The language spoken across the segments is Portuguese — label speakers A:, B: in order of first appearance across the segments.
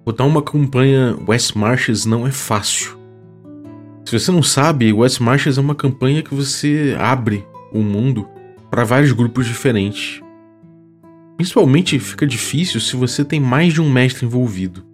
A: Botar uma campanha West Marches não é fácil. Se você não sabe, West Marches é uma campanha que você abre o mundo para vários grupos diferentes. Principalmente fica difícil se você tem mais de um mestre envolvido.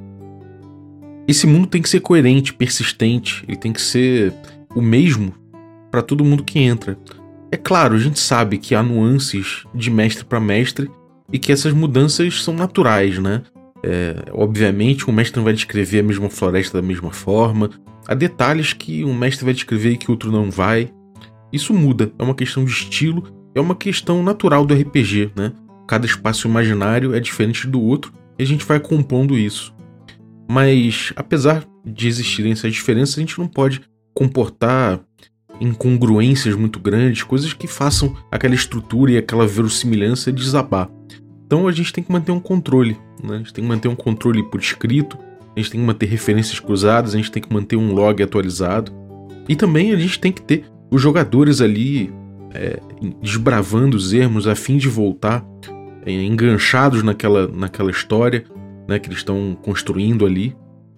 A: Esse mundo tem que ser coerente, persistente, ele tem que ser o mesmo para todo mundo que entra. É claro, a gente sabe que há nuances de mestre para mestre e que essas mudanças são naturais, né? Obviamente, um mestre não vai descrever a mesma floresta da mesma forma. Há detalhes que um mestre vai descrever e que outro não vai. Isso muda, é uma questão de estilo, é uma questão natural do RPG, né? Cada espaço imaginário é diferente do outro e a gente vai compondo isso. Mas, apesar de existirem essas diferenças, a gente não pode comportar incongruências muito grandes, coisas que façam aquela estrutura e aquela verossimilhança desabar. Então a gente tem que manter um controle, né? A gente tem que manter um controle por escrito, a gente tem que manter referências cruzadas, a gente tem que manter um log atualizado. E também a gente tem que ter os jogadores ali desbravando os ermos a fim de voltar enganchados naquela história, né, que eles estão construindo ali.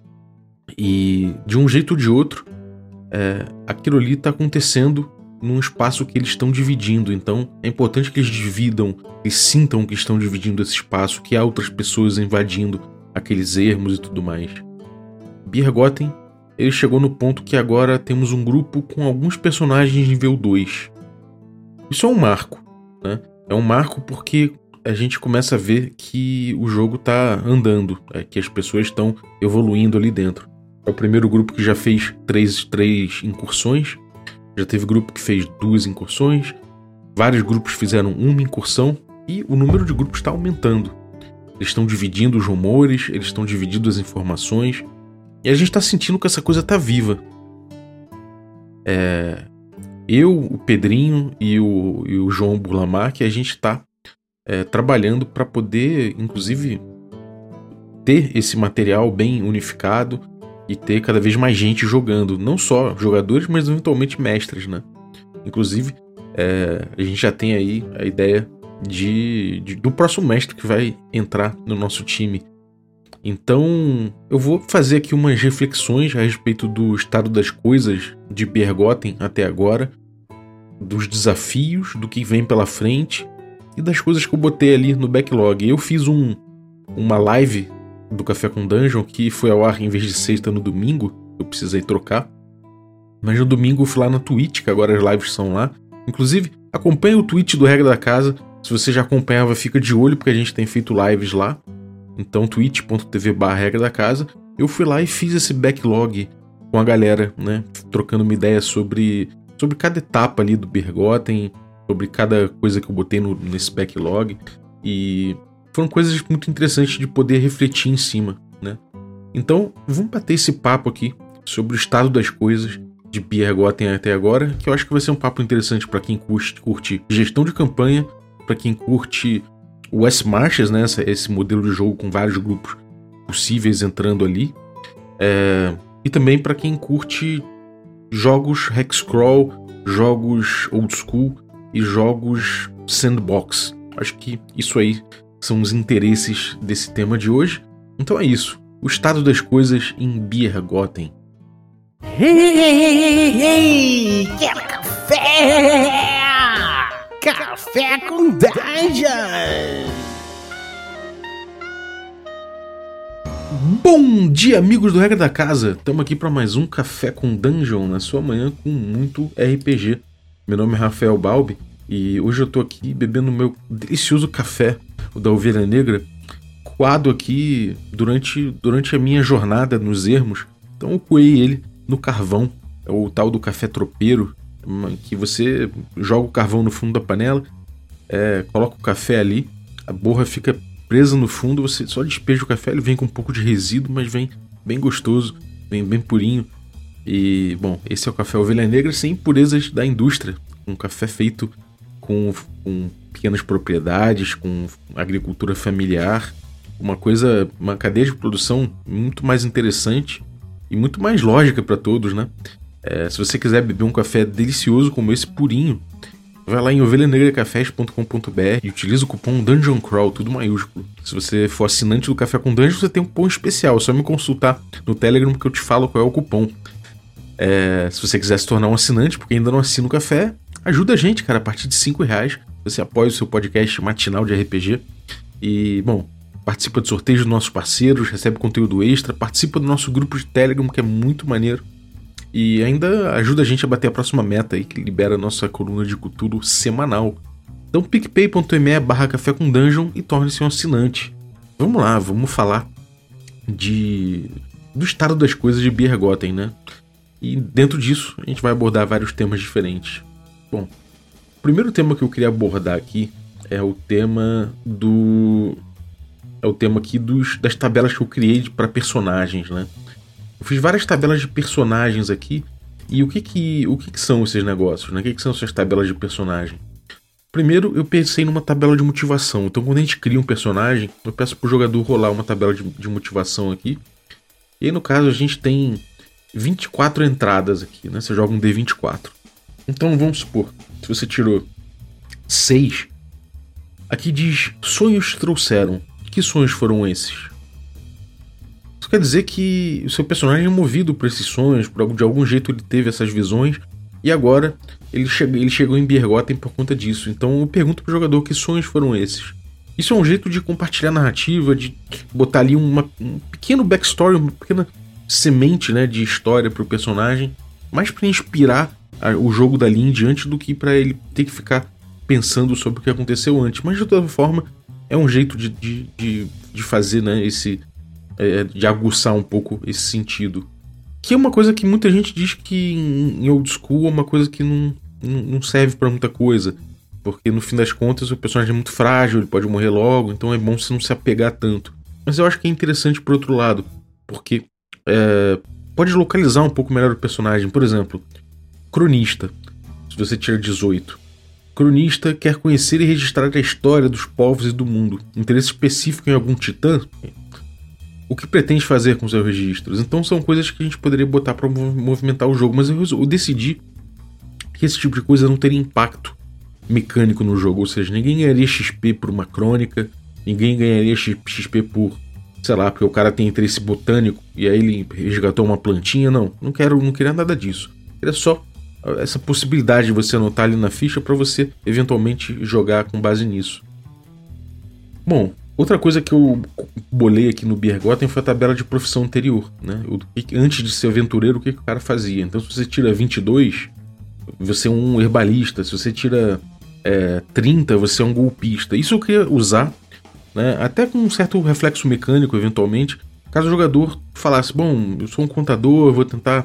A: E de um jeito ou de outro, aquilo ali está acontecendo num espaço que eles estão dividindo. Então é importante que eles dividam, eles sintam que estão dividindo esse espaço, que há outras pessoas invadindo aqueles ermos e tudo mais. Birgotten, ele chegou no ponto que agora temos um grupo com alguns personagens nível 2. Isso é um marco, né? É um marco porque a gente começa a ver que o jogo está andando, que as pessoas estão evoluindo ali dentro. É o primeiro grupo que já fez três incursões, já teve grupo que fez 2 incursões, vários grupos fizeram uma incursão e o número de grupos está aumentando. Eles estão dividindo os rumores, eles estão dividindo as informações e a gente está sentindo que essa coisa está viva. Eu, o Pedrinho e o João Burlamar, que a gente está trabalhando para poder, inclusive, ter esse material bem unificado e ter cada vez mais gente jogando. Não só jogadores, mas eventualmente mestres, né? Inclusive, a gente já tem aí a ideia do próximo mestre que vai entrar no nosso time. Então, eu vou fazer aqui umas reflexões a respeito do estado das coisas de Birgotten até agora, dos desafios, do que vem pela frente e das coisas que eu botei ali no backlog. Eu fiz uma live do Café com Dungeon que foi ao ar em vez de sexta no domingo, eu precisei trocar. Mas no domingo eu fui lá na Twitch, que agora as lives são lá. Inclusive, acompanhe o Twitch do Regra da Casa. Se você já acompanhava, fica de olho, porque a gente tem feito lives lá. Então, twitch.tv/Regra da Casa. Eu fui lá e fiz esse backlog com a galera, né? Trocando uma ideia sobre cada etapa ali do Birgotten, sobre cada coisa que eu botei nesse backlog. E foram coisas muito interessantes de poder refletir em cima, né? Então, vamos bater esse papo aqui sobre o estado das coisas de Birgotten até agora, que eu acho que vai ser um papo interessante para quem curte gestão de campanha, para quem curte o West Marches, né? Esse modelo de jogo com vários grupos possíveis entrando ali. E também para quem curte jogos hexcrawl, jogos old school e jogos sandbox. Acho que isso aí são os interesses desse tema de hoje. Então é isso. O estado das coisas em Birgotten.
B: Ei, quer café? Café com Dungeon!
A: Bom dia, amigos do Regra da Casa! Estamos aqui para mais um Café com Dungeon na sua manhã com muito RPG. Meu nome é Rafael Balbi e hoje eu estou aqui bebendo meu delicioso café, o da Ovelha Negra, coado aqui durante a minha jornada nos ermos. Então eu coei ele no carvão, é o tal do café tropeiro, que você joga o carvão no fundo da panela, coloca o café ali, a borra fica presa no fundo, você só despeja o café, ele vem com um pouco de resíduo, mas vem bem gostoso, vem bem purinho. E, bom, esse é o café Ovelha Negra sem impurezas da indústria, um café feito com pequenas propriedades, com agricultura familiar, uma cadeia de produção muito mais interessante e muito mais lógica para todos, né? Se você quiser beber um café delicioso como esse, purinho, vai lá em ovelhanegracafés.com.br e utiliza o cupom Dungeon Crawl, tudo maiúsculo. Se você for assinante do Café com Dungeon, você tem um cupom especial. É só me consultar no Telegram que eu te falo qual é o cupom. Se você quiser se tornar um assinante, porque ainda não assina o café, ajuda a gente, cara, a partir de R$5. Você apoia o seu podcast matinal de RPG. E, bom, participa de sorteios dos nossos parceiros, recebe conteúdo extra, participa do nosso grupo de Telegram, que é muito maneiro. E ainda ajuda a gente a bater a próxima meta aí, que libera a nossa coluna de Cthulhu semanal. Então picpay.me/café com dungeon e torne-se um assinante. Vamos lá, vamos falar do estado das coisas de Biergoten, né? E dentro disso a gente vai abordar vários temas diferentes. Bom, o primeiro tema que eu queria abordar aqui é o tema aqui das tabelas que eu criei para personagens, né? Eu fiz várias tabelas de personagens aqui. E o que são esses negócios, né? O que são essas tabelas de personagem? Primeiro, eu pensei numa tabela de motivação. Então, quando a gente cria um personagem, eu peço pro jogador rolar uma tabela de motivação aqui. E aí, no caso, a gente tem 24 entradas aqui, né? Você joga um D24. Então, vamos supor, se você tirou 6, aqui diz sonhos trouxeram. Que sonhos foram esses? Isso quer dizer que o seu personagem é movido por esses sonhos, de algum jeito ele teve essas visões, e agora ele chegou em Biergoten por conta disso. Então eu pergunto pro jogador que sonhos foram esses. Isso é um jeito de compartilhar narrativa, de botar ali um pequeno backstory, uma pequena semente, né, de história pro personagem, mais para inspirar o jogo dali em diante do que para ele ter que ficar pensando sobre o que aconteceu antes. Mas de toda forma é um jeito de fazer, né, de aguçar um pouco esse sentido. Que é uma coisa que muita gente diz que em old school é uma coisa que não serve pra muita coisa. Porque no fim das contas o personagem é muito frágil, ele pode morrer logo, então é bom você não se apegar tanto. Mas eu acho que é interessante por outro lado, porque pode localizar um pouco melhor o personagem. Por exemplo, cronista, se você tira 18. Cronista quer conhecer e registrar a história dos povos e do mundo. Interesse específico em algum titã? O que pretende fazer com seus registros? Então são coisas que a gente poderia botar para movimentar o jogo, mas eu decidi que esse tipo de coisa não teria impacto mecânico no jogo, ou seja, ninguém ganharia XP por uma crônica, ninguém ganharia XP por, sei lá, porque o cara tem interesse botânico e aí ele resgatou uma plantinha. Não queria nada disso. Queria só essa possibilidade de você anotar ali na ficha para você eventualmente jogar com base nisso. Bom, outra coisa que eu bolei aqui no Biergoten foi a tabela de profissão anterior, né? Antes de ser aventureiro, o que o cara fazia? Então, se você tira 22, você é um herbalista. Se você tira 30, você é um golpista. Isso eu queria usar, né, até com um certo reflexo mecânico, eventualmente, caso o jogador falasse: bom, eu sou um contador, vou tentar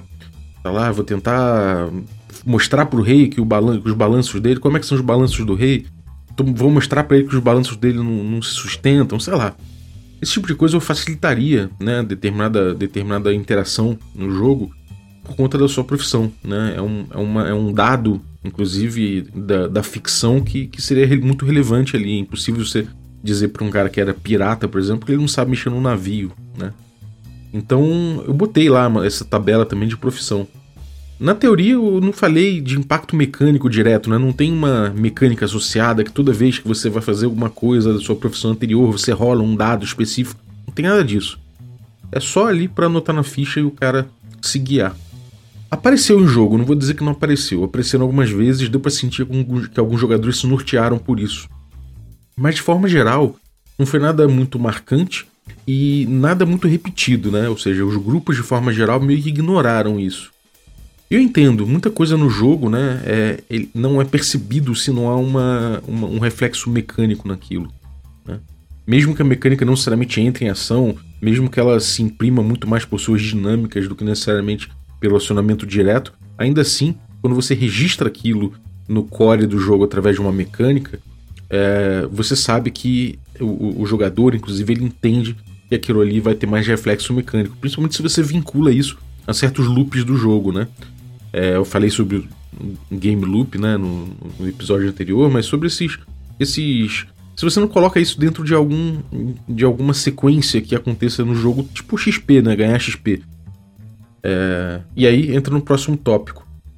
A: mostrar pro rei que os balanços dele, como é que são os balanços do rei. Então, vou mostrar para ele que os balanços dele não se sustentam, sei lá. Esse tipo de coisa eu facilitaria, né, determinada interação no jogo por conta da sua profissão, né? É um dado, inclusive, da ficção que seria muito relevante ali. É impossível você dizer para um cara que era pirata, por exemplo, que ele não sabe mexer num navio, né? Então eu botei lá essa tabela também de profissão. Na teoria eu não falei de impacto mecânico direto, né? Não tem uma mecânica associada que toda vez que você vai fazer alguma coisa da sua profissão anterior você rola um dado específico. Não tem nada disso. É só ali para anotar na ficha e o cara se guiar. Apareceu em jogo, não vou dizer que não apareceu. Apareceram algumas vezes, deu para sentir que alguns jogadores se nortearam por isso. Mas de forma geral, não foi nada muito marcante e nada muito repetido, né? Ou seja, os grupos de forma geral meio que ignoraram isso. Eu entendo, muita coisa no jogo, né, ele não é percebido se não há um reflexo mecânico naquilo, né? Mesmo que a mecânica não necessariamente entre em ação, mesmo que ela se imprima muito mais por suas dinâmicas do que necessariamente pelo acionamento direto, ainda assim, quando você registra aquilo no core do jogo através de uma mecânica, você sabe que o jogador, inclusive, ele entende que aquilo ali vai ter mais reflexo mecânico, principalmente se você vincula isso a certos loops do jogo, né? Eu falei sobre game loop, né, no episódio anterior, mas sobre esses... Se você não coloca isso dentro de alguma sequência que aconteça no jogo, tipo XP, né, ganhar XP. E aí entra no próximo tópico.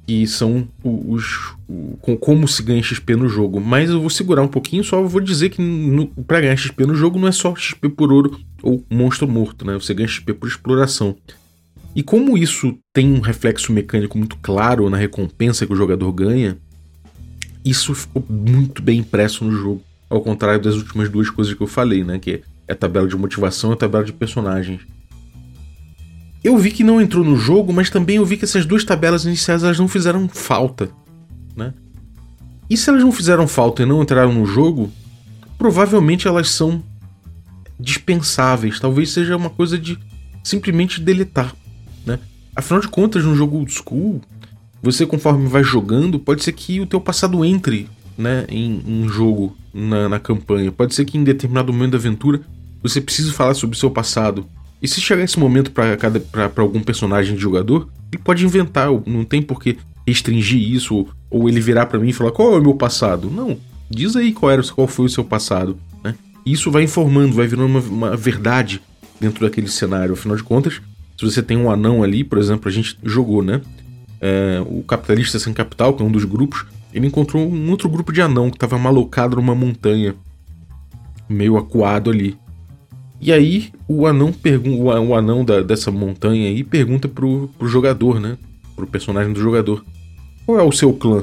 A: que são como se ganha XP no jogo. Mas eu vou segurar um pouquinho, só vou dizer que pra ganhar XP no jogo não é só XP por ouro ou monstro morto, né? Você ganha XP por exploração. E como isso tem um reflexo mecânico muito claro na recompensa que o jogador ganha, isso ficou muito bem impresso no jogo. Ao contrário das últimas duas coisas que eu falei, né? Que é a tabela de motivação e a tabela de personagens. Eu vi que não entrou no jogo, mas também eu vi que essas duas tabelas iniciais elas não fizeram falta, né? E se elas não fizeram falta e não entraram no jogo, provavelmente elas são dispensáveis. Talvez seja uma coisa de simplesmente deletar, né? Afinal de contas, no jogo old school, você conforme vai jogando, pode ser que o teu passado entre, né, em jogo, na campanha. Pode ser que em determinado momento da aventura você precise falar sobre o seu passado. E se chegar esse momento para algum personagem de jogador, ele pode inventar, não tem por que restringir isso, ou ele virar para mim e falar qual é o meu passado. Não, diz aí qual foi o seu passado, né? E isso vai informando, vai virando uma verdade dentro daquele cenário. Afinal de contas, se você tem um anão ali, por exemplo, a gente jogou, né? O Capitalista Sem Capital, que é um dos grupos, ele encontrou um outro grupo de anão que estava malocado numa montanha, meio acuado ali. E aí o anão dessa montanha aí pergunta pro jogador, né? Pro personagem do jogador: qual é o seu clã?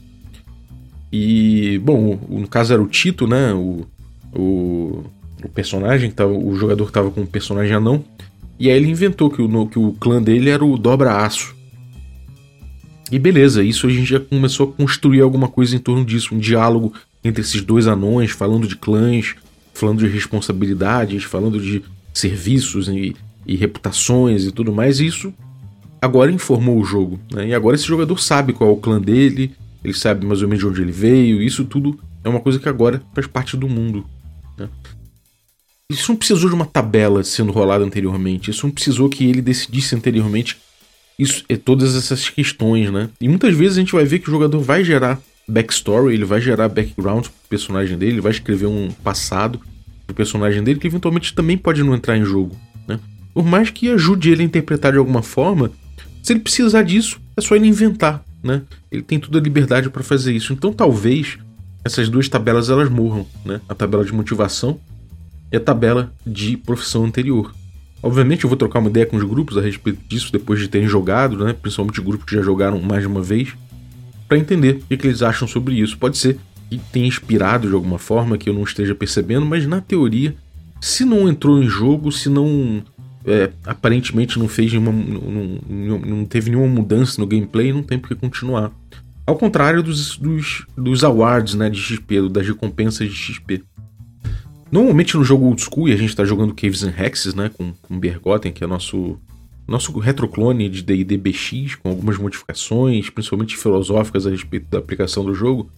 A: E, bom, no caso era o Tito, né? O personagem, o jogador tava com um personagem anão. E aí ele inventou que o clã dele era o Dobra-Aço. E beleza, isso a gente já começou a construir alguma coisa em torno disso. Um diálogo entre esses dois anões, falando de clãs, falando de responsabilidades, falando de serviços e reputações e tudo mais. E isso agora informou o jogo, né? E agora esse jogador sabe qual é o clã dele, ele sabe mais ou menos de onde ele veio. Isso tudo é uma coisa que agora faz parte do mundo, né? Isso não precisou de uma tabela sendo rolada anteriormente. Isso não precisou que ele decidisse anteriormente todas essas questões, né? E muitas vezes a gente vai ver que o jogador vai gerar backstory, ele vai gerar background pro personagem dele, ele vai escrever um passado pro personagem dele que eventualmente também pode não entrar em jogo, né? Por mais que ajude ele a interpretar de alguma forma, se ele precisar disso, é só ele inventar, né? Ele tem toda a liberdade para fazer isso. Então talvez essas duas tabelas elas morram, né? A tabela de motivação e a tabela de profissão anterior. Obviamente eu vou trocar uma ideia com os grupos a respeito disso depois de terem jogado, né? Principalmente grupos que já jogaram mais de uma vez, para entender o que eles acham sobre isso. Pode ser que tenha inspirado de alguma forma, que eu não esteja percebendo, mas na teoria, se não entrou em jogo, se não aparentemente não fez não teve nenhuma mudança no gameplay, não tem por que continuar. Ao contrário dos awards, né, de XP, das recompensas de XP. Normalmente no jogo old school, e a gente está jogando Caves and Hexes, né, com Bergotten, que é nosso retroclone de D&D BX, com algumas modificações, principalmente filosóficas a respeito da aplicação do jogo.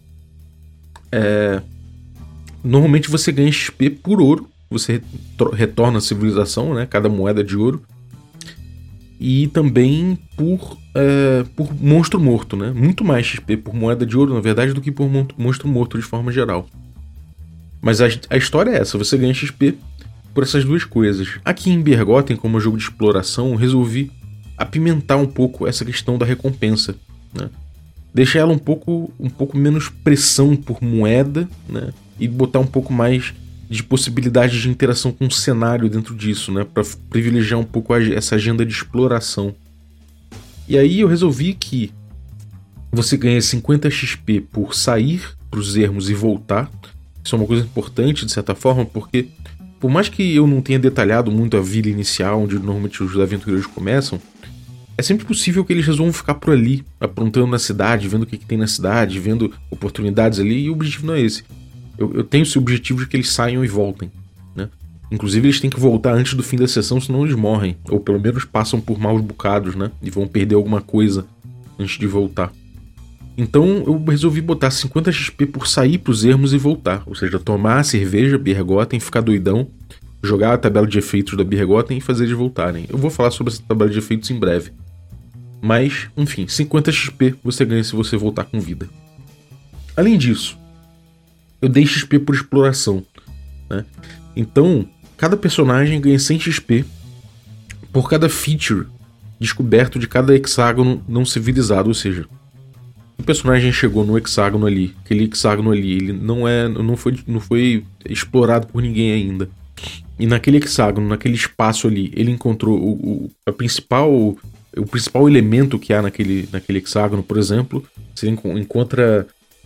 A: Normalmente você ganha XP por ouro, você retorna a civilização, né, cada moeda de ouro, e também por monstro morto, né, muito mais XP por moeda de ouro, na verdade, do que por monstro morto de forma geral. Mas a história é essa, você ganha XP por essas duas coisas. Aqui em Bergotten, como jogo de exploração, eu resolvi apimentar um pouco essa questão da recompensa, né? Deixar ela um pouco menos pressão por moeda, né? E botar um pouco mais de possibilidade de interação com o cenário dentro disso, né? Para privilegiar um pouco essa agenda de exploração. E aí eu resolvi que você ganha 50 XP por sair para os ermos e voltar. Isso é uma coisa importante, de certa forma, porque por mais que eu não tenha detalhado muito a vila inicial, onde normalmente os aventureiros começam, é sempre possível que eles resolvam ficar por ali, aprontando na cidade, vendo o que tem na cidade, vendo oportunidades ali, e o objetivo não é esse. Eu tenho esse objetivo de que eles saiam e voltem, né? Inclusive eles têm que voltar antes do fim da sessão, senão eles morrem, ou pelo menos passam por maus bocados, né? E vão perder alguma coisa antes de voltar. Então eu resolvi botar 50 XP por sair pros ermos e voltar. Ou seja, tomar a cerveja Bergotten, ficar doidão, jogar a tabela de efeitos da Bergotten e fazer eles voltarem. Eu vou falar sobre essa tabela de efeitos em breve. Mas, enfim, 50 XP você ganha se você voltar com vida. Além disso, eu dei XP por exploração, né? Então, cada personagem ganha 100 XP por cada feature descoberto de cada hexágono não civilizado. Ou seja, o personagem chegou no hexágono ali, aquele hexágono ali, ele não foi explorado por ninguém ainda. E naquele hexágono, naquele espaço ali, ele encontrou o principal elemento que há naquele hexágono, por exemplo. Você encontra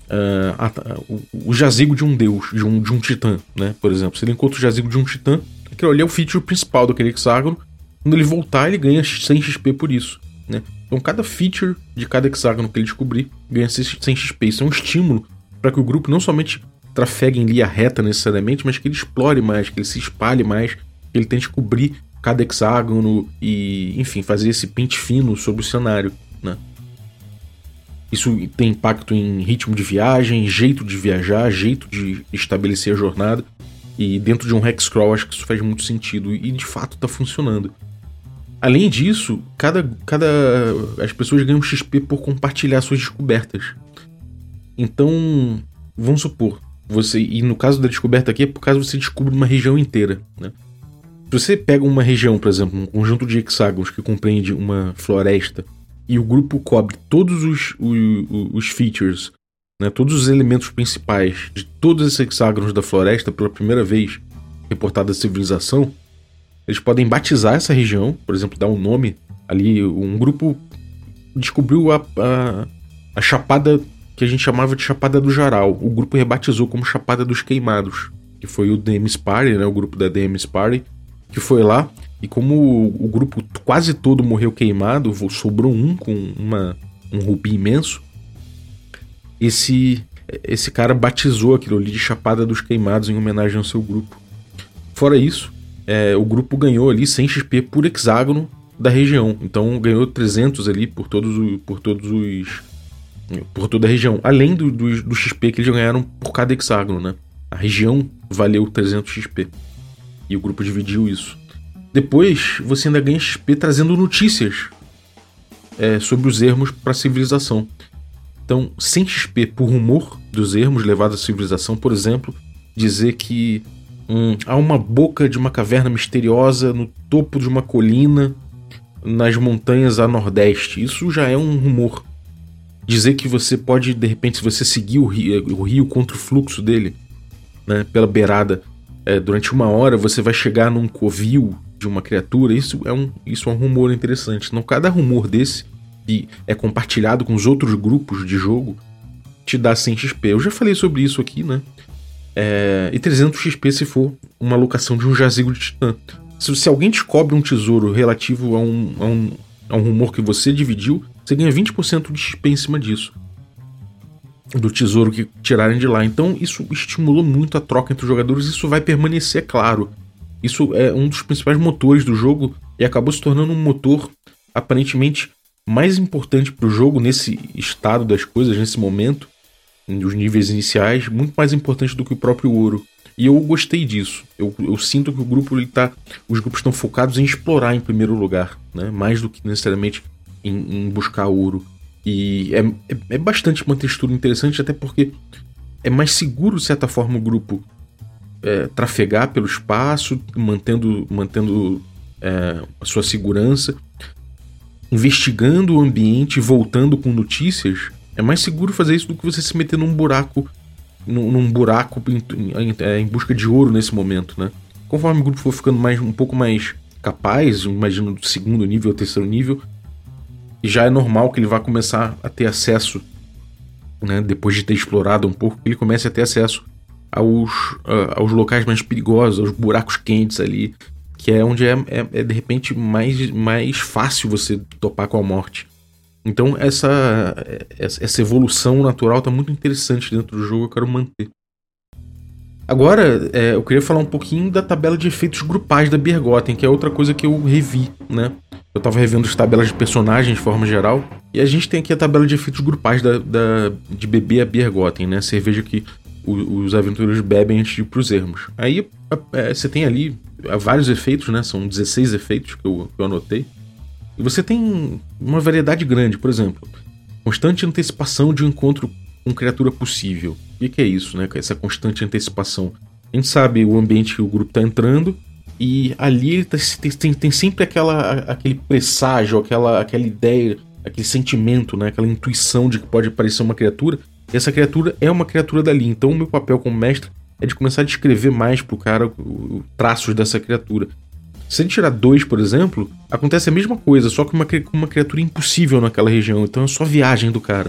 A: o jazigo de um deus, de um titã, né? Por exemplo, se ele encontra o jazigo de um titã, aquilo ali é o feature principal daquele hexágono. Quando ele voltar, ele ganha 100 XP por isso, né? Então cada feature de cada hexágono que ele descobrir ganha 100 XP. Isso é um estímulo para que o grupo não somente trafegue em linha reta necessariamente, mas que ele explore mais, que ele se espalhe mais, que ele tente cobrir cada hexágono e, enfim, fazer esse pente fino sobre o cenário, né? Isso tem impacto em ritmo de viagem, jeito de viajar, jeito de estabelecer a jornada. E dentro de um hexcrawl acho que isso faz muito sentido e de fato está funcionando. Além disso, as pessoas ganham XP por compartilhar suas descobertas. Então, vamos supor, e no caso da descoberta aqui é por causa que você descobre uma região inteira, né? Se você pega uma região, por exemplo, um conjunto de hexágonos que compreende uma floresta e o grupo cobre todos os features, né, todos os elementos principais de todos esses hexágonos da floresta pela primeira vez reportada à civilização, eles podem batizar essa região, por exemplo, dar um nome ali. Um grupo descobriu a chapada que a gente chamava de Chapada do Jaral. O grupo rebatizou como Chapada dos Queimados, que foi o DM's Party, né, o grupo da DM's Party, que foi lá. E como o grupo quase todo morreu queimado, sobrou um com um rubi imenso, esse cara batizou aquilo ali de Chapada dos Queimados em homenagem ao seu grupo. Fora isso, o grupo ganhou ali 100 XP por hexágono da região. Então ganhou 300 ali por toda a região. Além do XP que eles ganharam por cada hexágono, né? A região valeu 300 XP. E o grupo dividiu isso. Depois você ainda ganha XP trazendo notícias sobre os ermos para a civilização. Então 100 XP por rumor dos ermos levados à civilização. Por exemplo, dizer que há uma boca de uma caverna misteriosa no topo de uma colina nas montanhas a nordeste. Isso já é um rumor. Dizer que você pode, de repente, se você seguir o rio contra o fluxo dele, né, pela beirada, durante 1 hora você vai chegar num covil de uma criatura. Isso é um rumor interessante. Então cada rumor desse, que é compartilhado com os outros grupos de jogo, te dá 100 XP. Eu já falei sobre isso aqui, né? E 300 XP se for uma alocação de um jazigo de titã. Se alguém descobre um tesouro relativo a um rumor que você dividiu, você ganha 20% de XP em cima disso, do tesouro que tirarem de lá. Então isso estimulou muito a troca entre os jogadores. Isso vai permanecer, claro. Isso é um dos principais motores do jogo e acabou se tornando um motor aparentemente mais importante para o jogo nesse estado das coisas, nesse momento, nos níveis iniciais, muito mais importante do que o próprio ouro. E eu gostei disso. Eu sinto que os grupos estão focados em explorar em primeiro lugar, né? Mais do que necessariamente em buscar ouro. E é bastante uma textura interessante, até porque é mais seguro, de certa forma, o grupo trafegar pelo espaço, mantendo a sua segurança, investigando o ambiente, voltando com notícias. É mais seguro fazer isso do que você se meter num buraco em busca de ouro nesse momento, né? Conforme o grupo for ficando um pouco mais capaz, imagino do 2º nível ao 3º nível, e já é normal que ele vá começar a ter acesso, né, depois de ter explorado um pouco, ele comece a ter acesso aos locais mais perigosos, aos buracos quentes ali, que é onde é de repente mais fácil você topar com a morte. Então essa evolução natural está muito interessante dentro do jogo, eu quero manter. Agora, eu queria falar um pouquinho da tabela de efeitos grupais da Bergotten, que é outra coisa que eu revi, né? Eu estava revendo as tabelas de personagens de forma geral, e a gente tem aqui a tabela de efeitos grupais de beber a Bergotten, né? Cerveja que os aventureiros bebem antes de ir pros ermos. Aí você tem ali vários efeitos, né? São 16 efeitos que eu anotei. E você tem uma variedade grande. Por exemplo, constante antecipação de um encontro com criatura possível. O que é isso, né? Essa constante antecipação. A gente sabe o ambiente que o grupo está entrando, e ali ele tem sempre aquele presságio, aquela ideia aquele sentimento, né? Aquela intuição de que pode aparecer uma criatura. E essa criatura é uma criatura dali. Então o meu papel como mestre é de começar a descrever mais pro cara os traços dessa criatura. Se ele tirar 2, por exemplo, acontece a mesma coisa, só que uma criatura impossível naquela região. Então é só viagem do cara.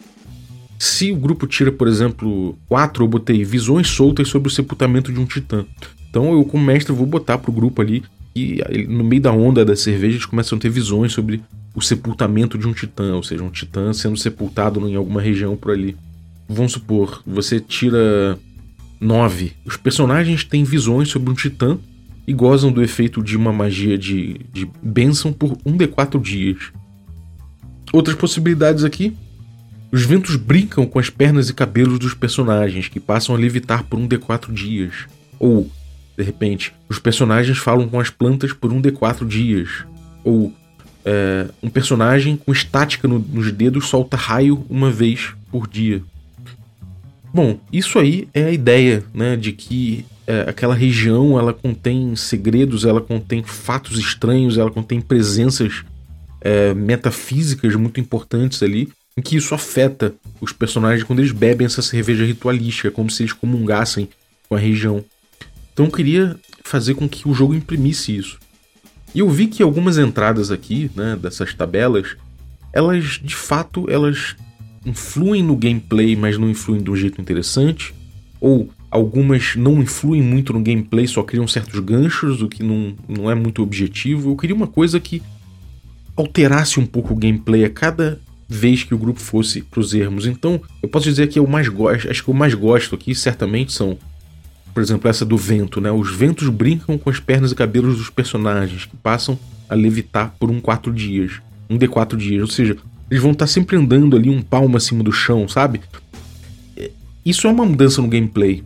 A: Se o grupo tira, por exemplo, 4, eu botei visões soltas sobre o sepultamento de um titã. Então eu, como mestre, vou botar pro grupo ali e no meio da onda da cerveja eles começam a ter visões sobre o sepultamento de um titã, ou seja, um titã sendo sepultado em alguma região por ali. Vamos supor, você tira 9. Os personagens têm visões sobre um titã e gozam do efeito de uma magia de bênção por 1d4 dias. Outras possibilidades aqui. Os ventos brincam com as pernas e cabelos dos personagens, que passam a levitar por 1d4 dias. Ou, de repente, os personagens falam com as plantas por 1d4 dias. Ou, um personagem com estática nos dedos solta raio uma vez por dia. Bom, isso aí é a ideia, né, de que aquela região ela contém segredos, ela contém fatos estranhos, ela contém presenças metafísicas muito importantes ali, em que isso afeta os personagens quando eles bebem essa cerveja ritualística, como se eles comungassem com a região. Então eu queria fazer com que o jogo imprimisse isso. E eu vi que algumas entradas aqui, né, dessas tabelas, elas de fato elas influem no gameplay, mas não influem de um jeito interessante, ou algumas não influem muito no gameplay, só criam certos ganchos, o que não é muito objetivo. Eu queria uma coisa que alterasse um pouco o gameplay a cada vez que o grupo fosse pros ermos. Então, eu posso dizer que acho que eu mais gosto aqui, certamente, são, por exemplo, essa do vento, né? Os ventos brincam com as pernas e cabelos dos personagens, que passam a levitar por 1d4 dias, ou seja, eles vão estar sempre andando ali um palmo acima do chão, sabe? Isso é uma mudança no gameplay.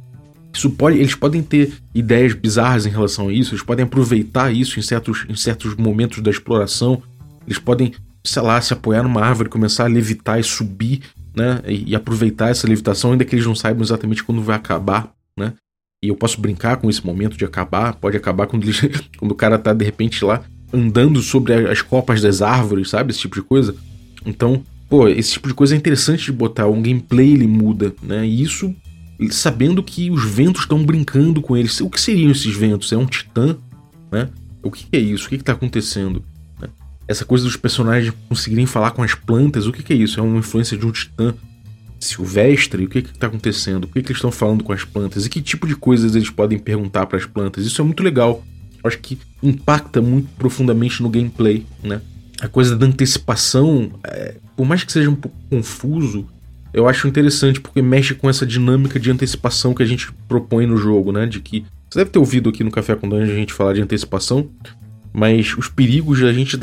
A: Eles podem ter ideias bizarras em relação a isso, eles podem aproveitar isso em certos momentos da exploração, eles podem, sei lá, se apoiar numa árvore, começar a levitar e subir, né? E aproveitar essa levitação, ainda que eles não saibam exatamente quando vai acabar, né? E eu posso brincar com esse momento de acabar, pode acabar quando o cara tá de repente lá andando sobre as copas das árvores, sabe? Esse tipo de coisa. Então, esse tipo de coisa é interessante de botar, o gameplay ele muda, né? E isso sabendo que os ventos estão brincando com eles. O que seriam esses ventos? É um titã, né? O que é isso? O que está acontecendo? Essa coisa dos personagens conseguirem falar com as plantas, o que é isso? É uma influência de um titã silvestre? O que está acontecendo? O que eles estão falando com as plantas? E que tipo de coisas eles podem perguntar para as plantas? Isso é muito legal. Eu acho que impacta muito profundamente no gameplay, né? A coisa da antecipação, por mais que seja um pouco confuso, eu acho interessante, porque mexe com essa dinâmica de antecipação que a gente propõe no jogo, né? De que você deve ter ouvido aqui no Café com Dungeon a gente falar de antecipação, mas os perigos a gente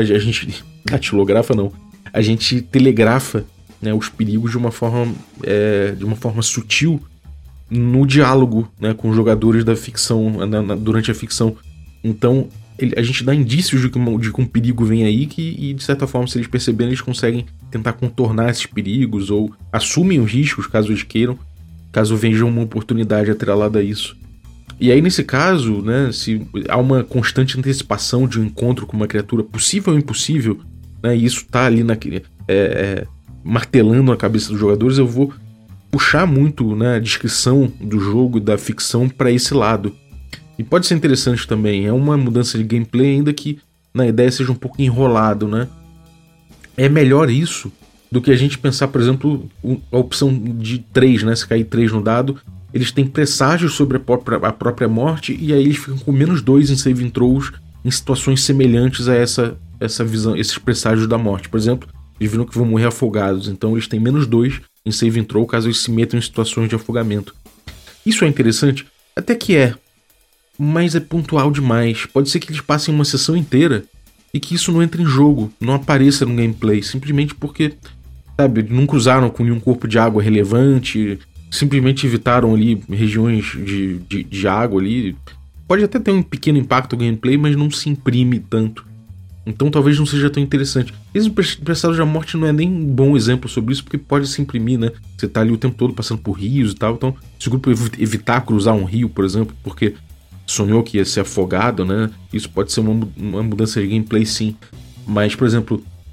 A: a gente telegrafa, né, os perigos de uma forma sutil no diálogo, né, com os jogadores da ficção, durante a ficção. Então a gente dá indícios de que um perigo vem aí e de certa forma, se eles perceberem, eles conseguem tentar contornar esses perigos ou assumem os riscos, caso eles queiram, caso vejam uma oportunidade atrelada a isso. E aí, nesse caso, né, se há uma constante antecipação de um encontro com uma criatura possível ou impossível, né, e isso tá ali martelando na cabeça dos jogadores, eu vou puxar muito, né, a descrição do jogo e da ficção para esse lado. E pode ser interessante também, é uma mudança de gameplay, ainda que na ideia seja um pouco enrolado, né? É melhor isso do que a gente pensar, por exemplo, a opção de 3, né? Se cair 3 no dado, eles têm presságios sobre a própria morte, e aí eles ficam com -2 em saving throws em situações semelhantes a essa visão, esses presságios da morte. Por exemplo, eles viram que vão morrer afogados, então eles têm -2 em saving throw caso eles se metam em situações de afogamento. Isso é interessante? Até que é, mas é pontual demais. Pode ser que eles passem uma sessão inteira e que isso não entre em jogo, não apareça no gameplay, simplesmente porque, sabe, não cruzaram com nenhum corpo de água relevante, simplesmente evitaram ali regiões de água ali. Pode até ter um pequeno impacto no gameplay, mas não se imprime tanto. Então talvez não seja tão interessante. Esse Presságios da Morte não é nem um bom exemplo sobre isso, porque pode se imprimir, né? Você tá ali o tempo todo passando por rios e tal, então se o grupo evitar cruzar um rio, por exemplo, porque sonhou que ia ser afogado, né? Isso pode ser uma mudança de gameplay, sim. Mas, por exemplo,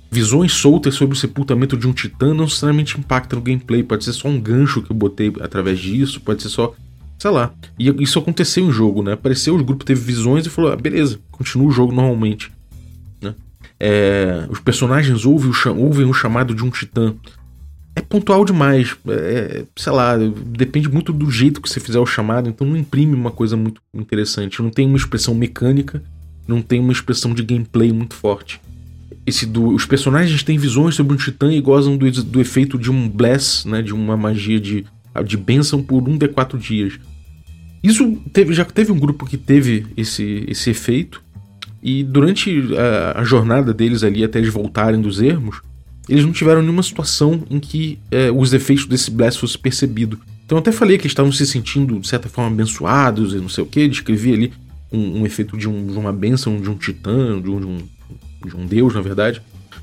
A: visões soltas sobre o sepultamento de um titã não necessariamente impactam no gameplay. Pode ser só um gancho que eu botei através disso, pode ser só, sei lá. E isso aconteceu em jogo, né? Apareceu, o grupo teve visões e falou, beleza, continua o jogo normalmente, né? Os personagens ouvem o chamado de um titã. É pontual demais, sei lá, depende muito do jeito que você fizer o chamado, então não imprime uma coisa muito interessante. Não tem uma expressão mecânica, não tem uma expressão de gameplay muito forte. Os personagens têm visões sobre um titã e gozam do efeito de um bless, né, de uma magia de bênção por 1d4 dias. Isso já teve um grupo que teve esse efeito, e durante a jornada deles ali até eles voltarem dos ermos, eles não tiveram nenhuma situação em que os efeitos desse bless fossem percebidos. Então eu até falei que eles estavam se sentindo de certa forma abençoados e não sei o que, descrevi ali um efeito de uma bênção de um titã, de um deus, na verdade.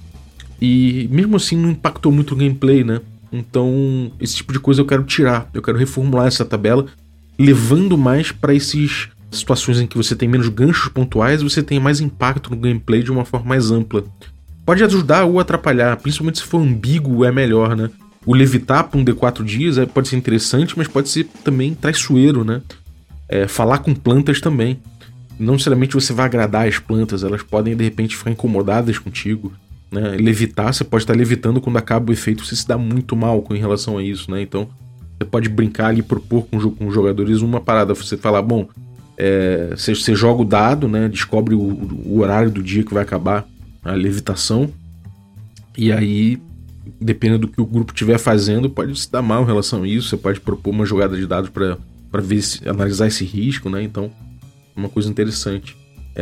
A: E mesmo assim não impactou muito o gameplay, né? Então esse tipo de coisa eu quero tirar. Eu quero reformular essa tabela, levando mais para essas situações em que você tem menos ganchos pontuais e você tem mais impacto no gameplay de uma forma mais ampla. Pode ajudar ou atrapalhar, principalmente se for ambíguo é melhor, né? O levitar por 1d4 dias pode ser interessante, mas pode ser também traiçoeiro, né? Falar com plantas também. Não necessariamente você vai agradar as plantas, elas podem de repente ficar incomodadas contigo, né? Levitar, você pode estar levitando quando acaba o efeito, você se dá muito mal com relação a isso, né? Então você pode brincar ali, propor com os jogadores uma parada, você falar, bom, você joga o dado, né? Descobre o horário do dia que vai acabar a levitação, e aí, dependendo do que o grupo estiver fazendo, pode se dar mal em relação a isso. Você pode propor uma jogada de dados para analisar esse risco, né? Então, é uma coisa interessante.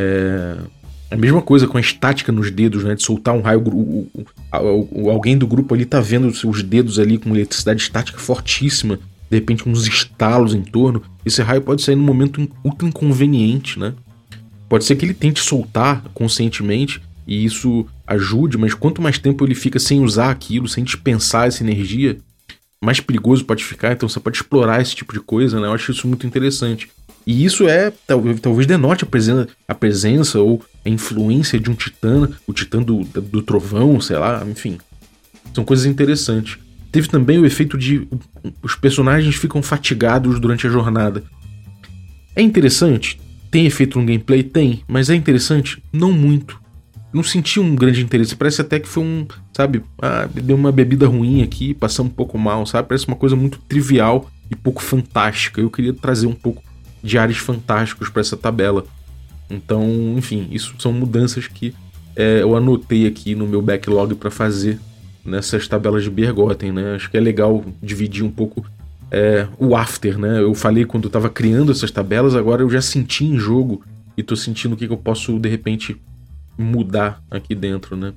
A: A mesma coisa com a estática nos dedos, né? De soltar um raio, alguém do grupo ali tá vendo os seus dedos ali com eletricidade estática fortíssima, de repente uns estalos em torno. Esse raio pode sair num momento ultra inconveniente, né? Pode ser que ele tente soltar conscientemente e isso ajude, mas quanto mais tempo ele fica sem usar aquilo, sem dispensar essa energia, mais perigoso pode ficar. Então você pode explorar esse tipo de coisa, né? Eu acho isso muito interessante. E isso talvez denote a presença ou a influência de um titã, o titã do trovão, sei lá, enfim. São coisas interessantes. Teve também o efeito de os personagens ficam fatigados durante a jornada. É interessante? Tem efeito no gameplay? Tem. Mas é interessante? Não muito. Não senti um grande interesse. Parece até que foi deu uma bebida ruim aqui, passamos um pouco mal, sabe? Parece uma coisa muito trivial e pouco fantástica. Eu queria trazer um pouco de ares fantásticos para essa tabela. Então, enfim, isso são mudanças que eu anotei aqui no meu backlog para fazer nessas tabelas de Bergotten, né? Acho que é legal dividir um pouco o after, né? Eu falei quando eu estava criando essas tabelas, agora eu já senti em jogo e tô sentindo o que eu posso, de repente, mudar aqui dentro, né?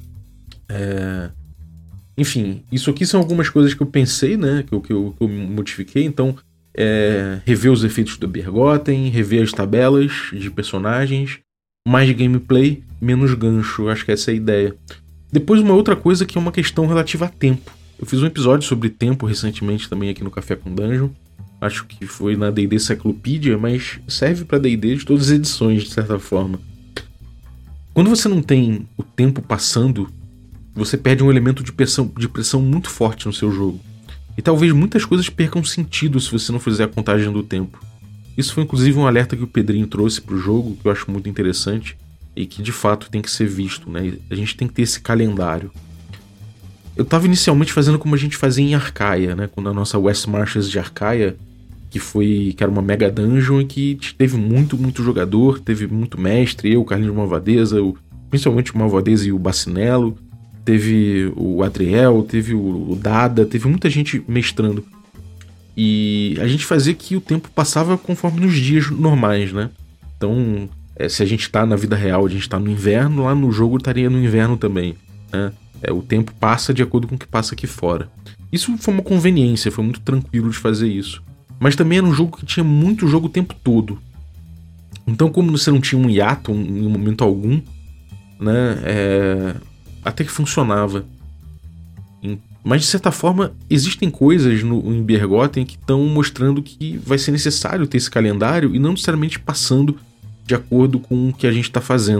A: Enfim, isso aqui são algumas coisas que eu pensei, né? Que eu modifiquei. Então, rever os efeitos do Bergotten, rever as tabelas de personagens, mais gameplay, menos gancho. Acho que essa é a ideia. Depois, uma outra coisa que é uma questão relativa a tempo. Eu fiz um episódio sobre tempo recentemente também aqui no Café com Dungeon. Acho que foi na D&D Cyclopedia, mas serve para D&D de todas as edições, de certa forma. Quando você não tem o tempo passando, você perde um elemento de pressão muito forte no seu jogo. E talvez muitas coisas percam sentido se você não fizer a contagem do tempo. Isso foi inclusive um alerta que o Pedrinho trouxe pro jogo, que eu acho muito interessante e que de fato tem que ser visto, né? A gente tem que ter esse calendário. Eu estava inicialmente fazendo como a gente fazia em Arcaia, né? Quando a nossa West Marches de Arcaia, que era uma mega dungeon e que teve muito jogador, teve muito mestre, eu, o Carlinhos Malvadeza, principalmente o Malvadeza e o Bacinello, teve o Adriel, teve o Dada, teve muita gente mestrando. E a gente fazia que o tempo passava conforme nos dias normais, né? Então, se a gente tá na vida real, a gente tá no inverno, lá no jogo estaria no inverno também, né? O tempo passa de acordo com o que passa aqui fora. Isso foi uma conveniência, foi muito tranquilo de fazer isso. Mas também era um jogo que tinha muito jogo o tempo todo. Então, como você não tinha um hiato em momento algum, né, até que funcionava. Mas, de certa forma, existem coisas em Bergotten que estão mostrando que vai ser necessário ter esse calendário e não necessariamente passando de acordo com o que a gente está fazendo.